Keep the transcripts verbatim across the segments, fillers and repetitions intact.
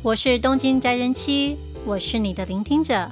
我是东京宅人妻，我是你的聆听者。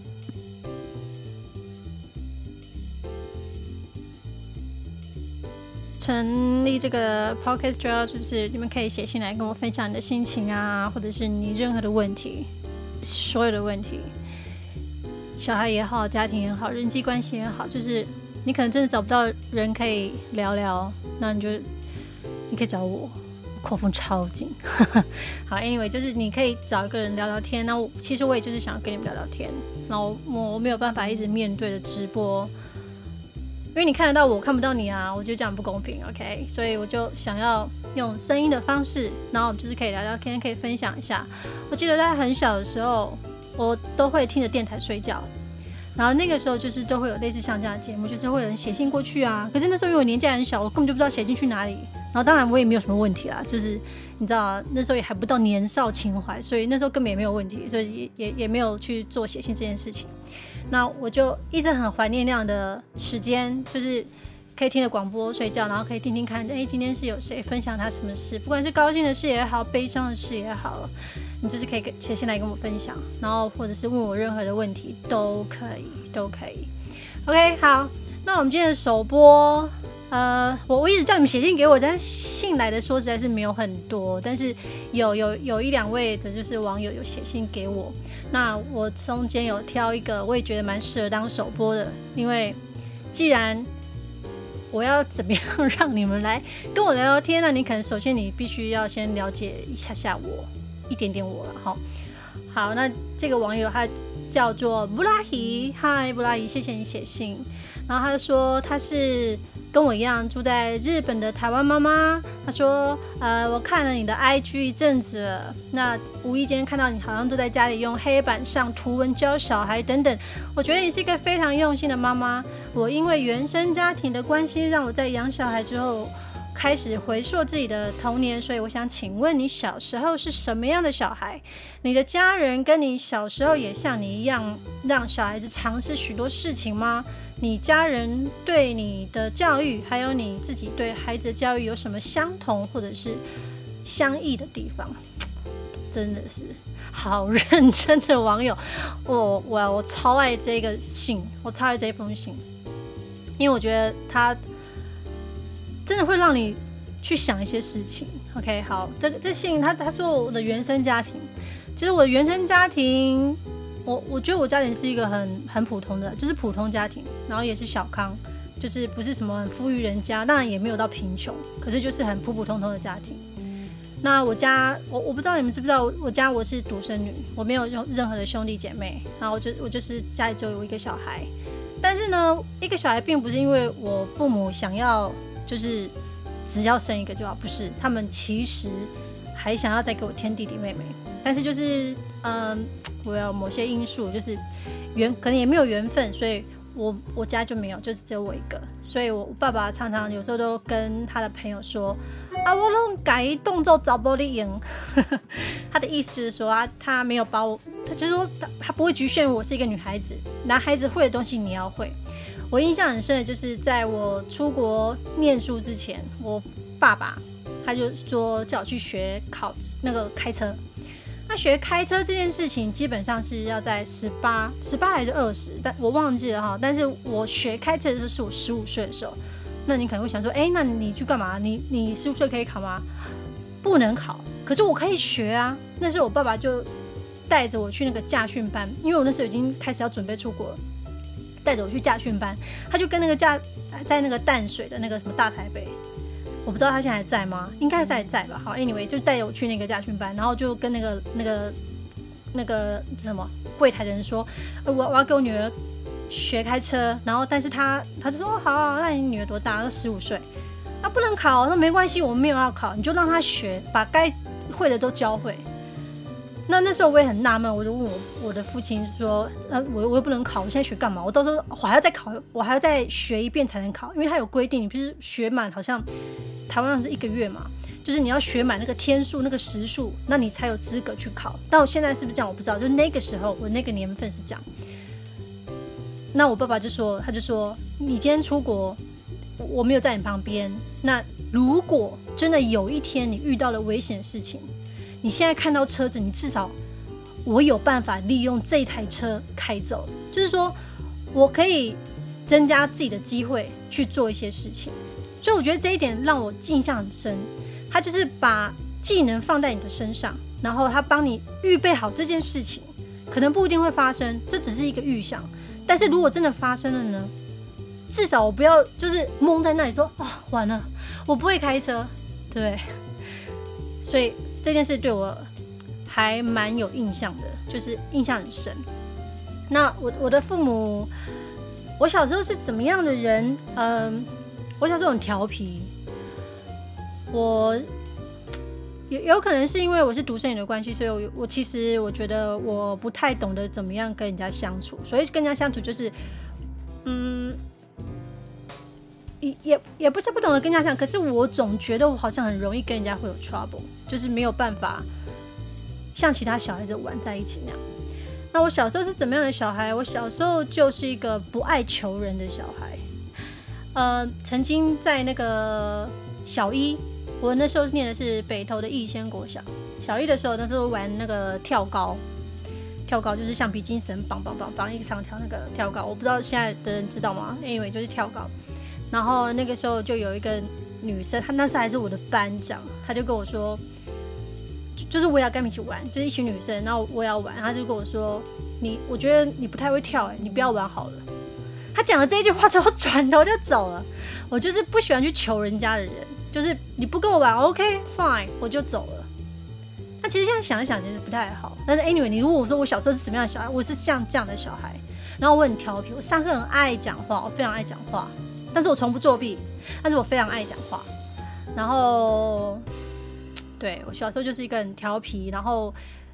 成立这个 podcast 主要就是你们可以写信来跟我分享你的心情啊，或者是你任何的问题，所有的问题，小孩也好，家庭也好，人际关系也好，就是你可能真的找不到人可以聊聊，那你就你可以找我，口风超紧。好 anyway 就是你可以找一个人聊聊天，那我其实我也就是想要跟你们聊聊天，然后我没有办法一直面对的直播，因为你看得到我看不到你啊，我觉得这样不公平 OK， 所以我就想要用声音的方式，然后就是可以聊聊天，可以分享一下。我记得在很小的时候我都会听着电台睡觉，然后那个时候就是都会有类似像这样的节目，就是会有人写信过去啊，可是那时候因为我年纪很小，我根本就不知道写进去哪里，然后当然我也没有什么问题啦，就是你知道、啊、那时候也还不到年少情怀，所以那时候根本也没有问题，所以 也, 也, 也没有去做写信这件事情。那我就一直很怀念那样的时间，就是可以听着广播睡觉，然后可以听听看，哎，今天是有谁分享他什么事，不管是高兴的事也好，悲伤的事也好，你就是可以写信来跟我分享，然后或者是问我任何的问题都可以，都可以。OK， 好，那我们今天的首播，呃，我我一直叫你们写信给我，但是信来的说实在是没有很多，但是有有有一两位的就是网友有写信给我，那我中间有挑一个，我也觉得蛮适合当首播的，因为既然我要怎么样让你们来跟我聊聊天呢？你可能首先你必须要先了解一下下我，一点点我了哈。好，那这个网友他叫做布拉希，嗨布拉希，谢谢你写信。然后他就说他是跟我一样住在日本的台湾妈妈。他说，呃，我看了你的 I G 一阵子了，那无意间看到你好像都在家里用黑板上图文教小孩等等，我觉得你是一个非常用心的妈妈。我因为原生家庭的关系，让我在养小孩之后开始回溯自己的童年，所以我想请问你小时候是什么样的小孩？你的家人跟你小时候也像你一样让小孩子尝试许多事情吗？你家人对你的教育还有你自己对孩子的教育有什么相同或者是相异的地方？真的是好认真的网友，我我我超爱这个信，我超爱这封信，因为我觉得他真的会让你去想一些事情。 OK， 好，这个这信他他说我的原生家庭，其实我的原生家庭，我我觉得我家庭是一个很很普通的，就是普通家庭，然后也是小康，就是不是什么很富裕人家，当然也没有到贫穷，可是就是很普普通通的家庭。那我家我我不知道你们知不知道，我家我是独生女，我没有任何的兄弟姐妹，然后我就我就是家里只有一个小孩。但是呢，一个小孩并不是因为我父母想要就是只要生一个就好，不是，他们其实还想要再给我添弟弟妹妹，但是就是嗯，我有某些因素，就是缘可能也没有缘分，所以我我家就没有，就是只有我一个。所以我爸爸常常有时候都跟他的朋友说啊，我弄改动作找不你赢。他的意思就是说啊，他没有把我，他就是说 他, 他不会局限我是一个女孩子，男孩子会的东西你要会。我印象很深的就是在我出国念书之前，我爸爸他就说叫我去学考那个开车。那学开车这件事情基本上是要在十八、十八还是二十，但我忘记了哈。但是我学开车的时候是我十五岁的时候。那你可能会想说，哎，那你去干嘛？你你十五岁可以考吗？不能考，可是我可以学啊。那时候我爸爸就带着我去那个驾训班，因为我那时候已经开始要准备出国了，带着我去驾训班。他就跟那个驾在那个淡水的那个什么大台北。我不知道他现在还在吗？应该是还在吧。好 ，anyway， 就带我去那个驾训班，然后就跟那个那个那个什么柜台的人说，我我要给我女儿学开车，然后但是他他就说，哦，好啊，那你女儿多大？她十五岁，那不能考，那没关系，我们没有要考，你就让她学，把该会的都教会。那那时候我也很纳闷，我就问我我的父亲说，呃，我我又不能考，我现在学干嘛？我到时候我还要再考，我还要再学一遍才能考，因为他有规定，你不是学满好像台湾上是一个月嘛，就是你要学满那个天数、那个时数，那你才有资格去考。但我现在是不是这样？我不知道，就是那个时候我那个年份是这样。那我爸爸就说，他就说，你今天出国，我没有在你旁边，那如果真的有一天你遇到了危险的事情， 你现在看到车子，你至少我有办法利用这台车开走，就是说我可以增加自己的机会去做一些事情。所以我觉得这一点让我印象很深，他就是把技能放在你的身上，然后他帮你预备好这件事情，可能不一定会发生，这只是一个预想，但是如果真的发生了呢，至少我不要就是懵在那里说哦，完了，我不会开车，对不对？所以这件事对我还蛮有印象的，就是印象很深。那 我, 我的父母，我小时候是怎么样的人？嗯，我小时候很调皮，我有有可能是因为我是独生女的关系，所以 我, 我其实我觉得我不太懂得怎么样跟人家相处，所以跟人家相处就是，嗯，也也不是不懂得跟人家相处，可是我总觉得我好像很容易跟人家会有 trouble， 就是没有办法像其他小孩子玩在一起那样。那我小时候是怎么样的小孩？我小时候就是一个不爱求人的小孩。呃，曾经在那个小一，我那时候念的是北投的逸仙国小。小一的时候，那时候玩那个跳高，跳高就是橡皮筋绳绑绑绑绑一长条那个跳高，我不知道现在的人知道吗 ？Anyway， 就是跳高。然后那个时候就有一个女生，她那时候还是我的班长，她就跟我说。就是我也要跟他们一起玩，就是一群女生，然后我也要玩，他就跟我说：“你，我觉得你不太会跳、欸，你不要玩好了。”他讲了这一句话之后，转头就走了。我就是不喜欢去求人家的人，就是你不跟我玩 ，OK fine， 我就走了。那其实现在想一想，其实不太好。但是 anyway， 你如果说我小时候是什么样的小孩，我是像这样的小孩，然后我很调皮，我上课很爱讲话，我非常爱讲话，但是我从不作弊，但是我非常爱讲话，然后。对，我小时候就是一个很调皮，然后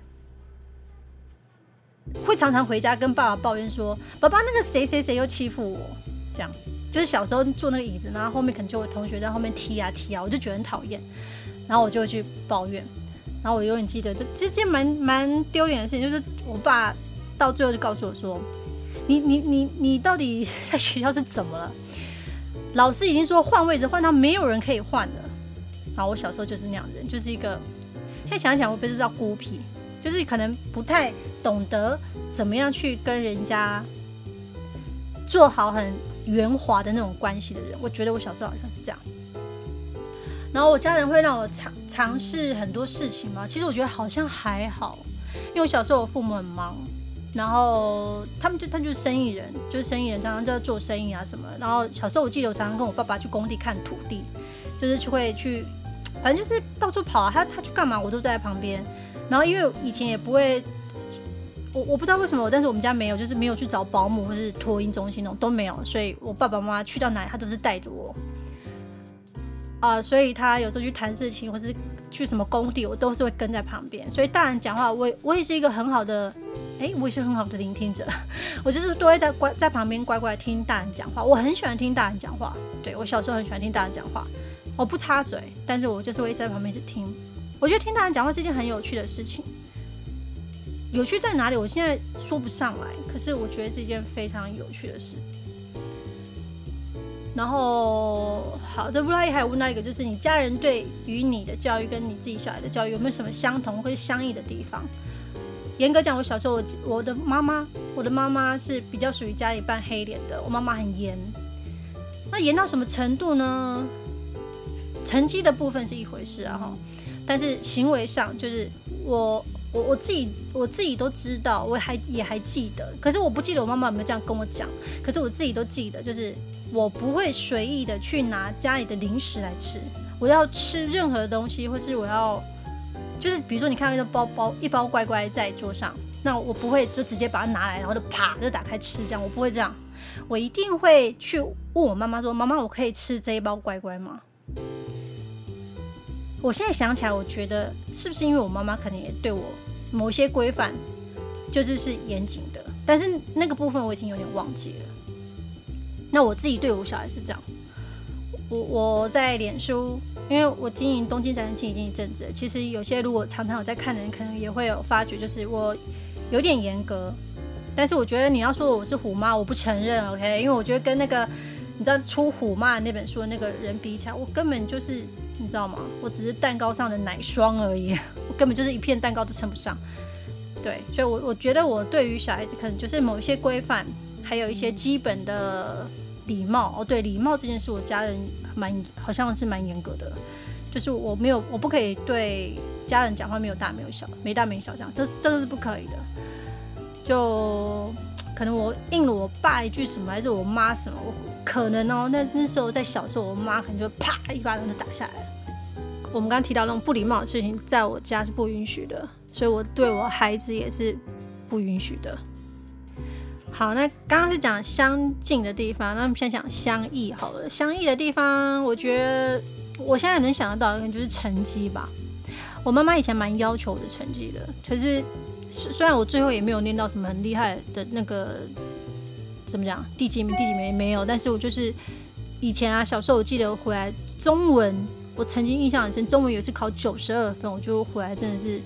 会常常回家跟爸爸抱怨说：“爸爸，那个谁谁谁又欺负我。”这样就是小时候坐那个椅子，然后后面可能就有同学在后面踢啊踢啊，我就觉得很讨厌，然后我就会去抱怨。然后我永远记得，就其实这件蛮蛮丢脸的事情，就是我爸到最后就告诉我说：“你你你你到底在学校是怎么了？老师已经说换位置换到没有人可以换了。”然后我小时候就是那样的人，就是一个现在想一想，我不是叫孤僻，就是可能不太懂得怎么样去跟人家做好很圆滑的那种关系的人。我觉得我小时候好像是这样。然后我家人会让我尝尝试很多事情嘛，其实我觉得好像还好，因为我小时候我父母很忙，然后他们就他就是生意人，就是生意人常常就要做生意啊什么。然后小时候我记得我常常跟我爸爸去工地看土地，就是会去。反正就是到处跑啊，他他去干嘛我都在旁边。然后因为以前也不会，我我不知道为什么，但是我们家没有，就是没有去找保姆或是托婴中心那种都没有，所以我爸爸妈妈去到哪里他都是带着我。啊、呃，所以他有时候去谈事情或是去什么工地，我都是会跟在旁边。所以大人讲话，我我也是一个很好的，哎，我也是很好的聆听者。我就是都会在乖在旁边乖乖听大人讲话，我很喜欢听大人讲话。对，我小时候很喜欢听大人讲话。我不插嘴，但是我就是会一直在旁边一直听。我觉得听大人讲话是一件很有趣的事情。有趣在哪里？我现在说不上来，可是我觉得是一件非常有趣的事。然后，好，这布拉伊还有问到一个，就是你家人对于你的教育跟你自己小孩的教育有没有什么相同或是相异的地方？严格讲，我小时候我我的妈妈，我的妈妈是比较属于家里扮黑脸的。我妈妈很严，那严到什么程度呢？成绩的部分是一回事啊哈，但是行为上就是我我我自己我自己都知道，我还也还记得，可是我不记得我妈妈有没有这样跟我讲，可是我自己都记得，就是我不会随意的去拿家里的零食来吃，我要吃任何东西，或是我要就是比如说你看到一个包包一包乖乖在桌上，那我不会就直接把它拿来，然后就啪就打开吃这样，我不会这样，我一定会去问我妈妈说，妈妈我可以吃这一包乖乖吗？我现在想起来，我觉得是不是因为我妈妈可能也对我某些规范就是是严谨的，但是那个部分我已经有点忘记了。那我自己对我小孩是这样，我我在脸书，因为我经营东京宅男经已经一阵子了，其实有些如果常常有在看的人，可能也会有发觉，就是我有点严格，但是我觉得你要说我是虎妈，我不承认 ，OK？ 因为我觉得跟那个你知道出虎妈那本书的那个人比起来，我根本就是。你知道吗？我只是蛋糕上的奶霜而已，我根本就是一片蛋糕都称不上。对，所以我我觉得我对于小孩子可能就是某一些规范，还有一些基本的礼貌。哦，对，礼貌这件事，我家人蛮好像是蛮严格的，就是我没有我不可以对家人讲话没有大没有小，没大没小这样，这这是不可以的。就可能我应了我爸一句什么，还是我妈什么，我可能哦，那那时候在小时候，我妈可能就啪一巴掌就打下来了。我们刚刚提到那种不礼貌的事情，在我家是不允许的，所以我对我孩子也是不允许的。好，那刚刚是讲相近的地方，那我们现在讲相异好了。相异的地方，我觉得我现在能想得到的可能就是成绩吧。我妈妈以前蛮要求我的成绩的，可是虽然我最后也没有念到什么很厉害的那个怎么讲第几名第几名没有，但是我就是以前啊小时候我记得我回来中文，我曾经印象很深，中文有一次考九十二分，我就回来真的是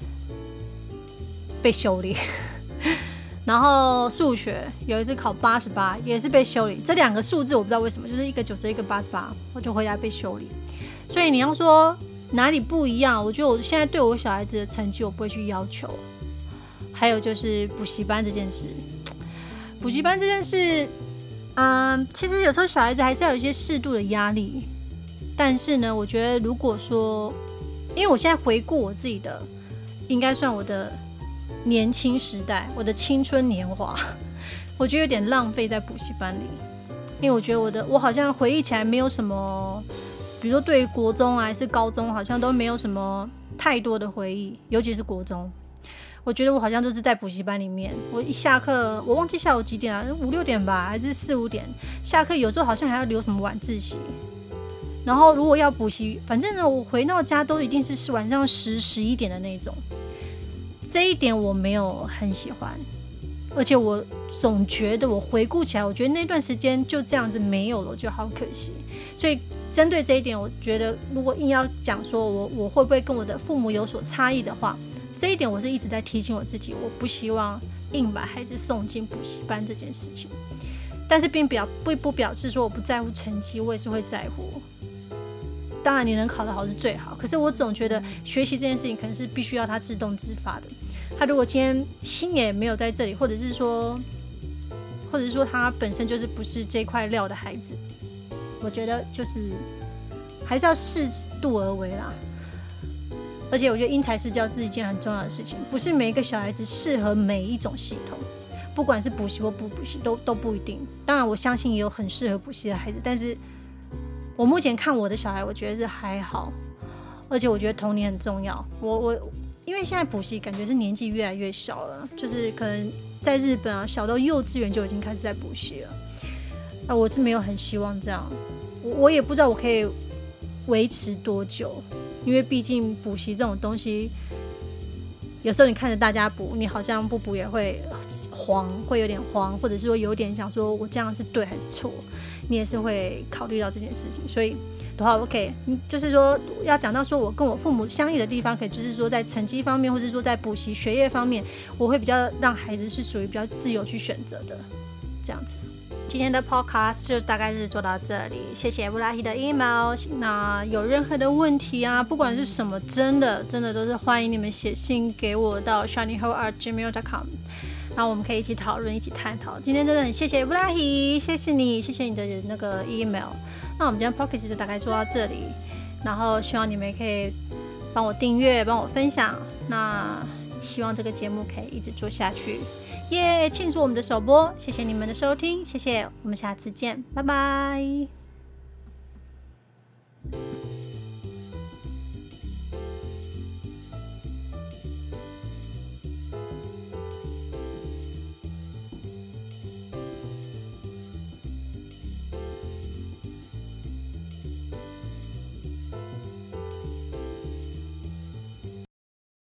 被修理。然后数学有一次考八十八，也是被修理。这两个数字我不知道为什么，就是一个九十，一个八十八，我就回来被修理。所以你要说哪里不一样，我觉得我现在对我小孩子的成绩我不会去要求。还有就是补习班这件事，补习班这件事，嗯，其实有时候小孩子还是要有一些适度的压力。但是呢，我觉得如果说，因为我现在回顾我自己的，应该算我的年轻时代，我的青春年华，我觉得有点浪费在补习班里。因为我觉得我的，我好像回忆起来没有什么，比如说对于国中啊还是高中，好像都没有什么太多的回忆，尤其是国中。我觉得我好像都是在补习班里面，我一下课，我忘记下午几点啊，五六点吧，还是四五点下课，有时候好像还要留什么晚自习。然后如果要补习，反正呢，我回到家都一定是晚上十、十一点的那种。这一点我没有很喜欢，而且我总觉得我回顾起来，我觉得那段时间就这样子没有了，我觉得好可惜。所以针对这一点，我觉得如果硬要讲说我我会不会跟我的父母有所差异的话，这一点我是一直在提醒我自己，我不希望硬把孩子送进补习班这件事情。但是并表不不表示说我不在乎成绩，我也是会在乎。当然你能考得好是最好，可是我总觉得学习这件事情可能是必须要他自动自发的。他如果今天心也没有在这里，或者是说或者是说他本身就是不是这块料的孩子，我觉得就是还是要适度而为啦。而且我觉得因材施教是一件很重要的事情，不是每一个小孩子适合每一种系统，不管是补习或不补习 都, 都不一定。当然我相信也有很适合补习的孩子，但是我目前看我的小孩，我觉得是还好。而且我觉得童年很重要。我我因为现在补习感觉是年纪越来越小了，就是可能在日本啊，小到幼稚园就已经开始在补习了。那我是没有很希望这样，我我也不知道我可以维持多久，因为毕竟补习这种东西，有时候你看着大家补，你好像不补也会慌，会有点慌，或者是说有点想说我这样是对还是错，你也是会考虑到这件事情。所以的话 OK， 就是说要讲到说我跟我父母相异的地方，可以就是说在成绩方面，或者说在补习学业方面，我会比较让孩子是属于比较自由去选择的这样子。今天的 podcast 就大概是做到这里，谢谢布拉希的 email。 那有任何的问题啊，不管是什么，真的真的都是欢迎你们写信给我到 shinyho at gmail dot com， 然后我们可以一起讨论，一起探讨。今天真的很谢谢布拉希，谢谢你，谢谢你的那个 email。 那我们今天 podcast 就大概做到这里，然后希望你们也可以帮我订阅，帮我分享，那希望这个节目可以一直做下去。耶！庆祝我们的首播，谢谢你们的收听，谢谢，我们下次见，拜拜。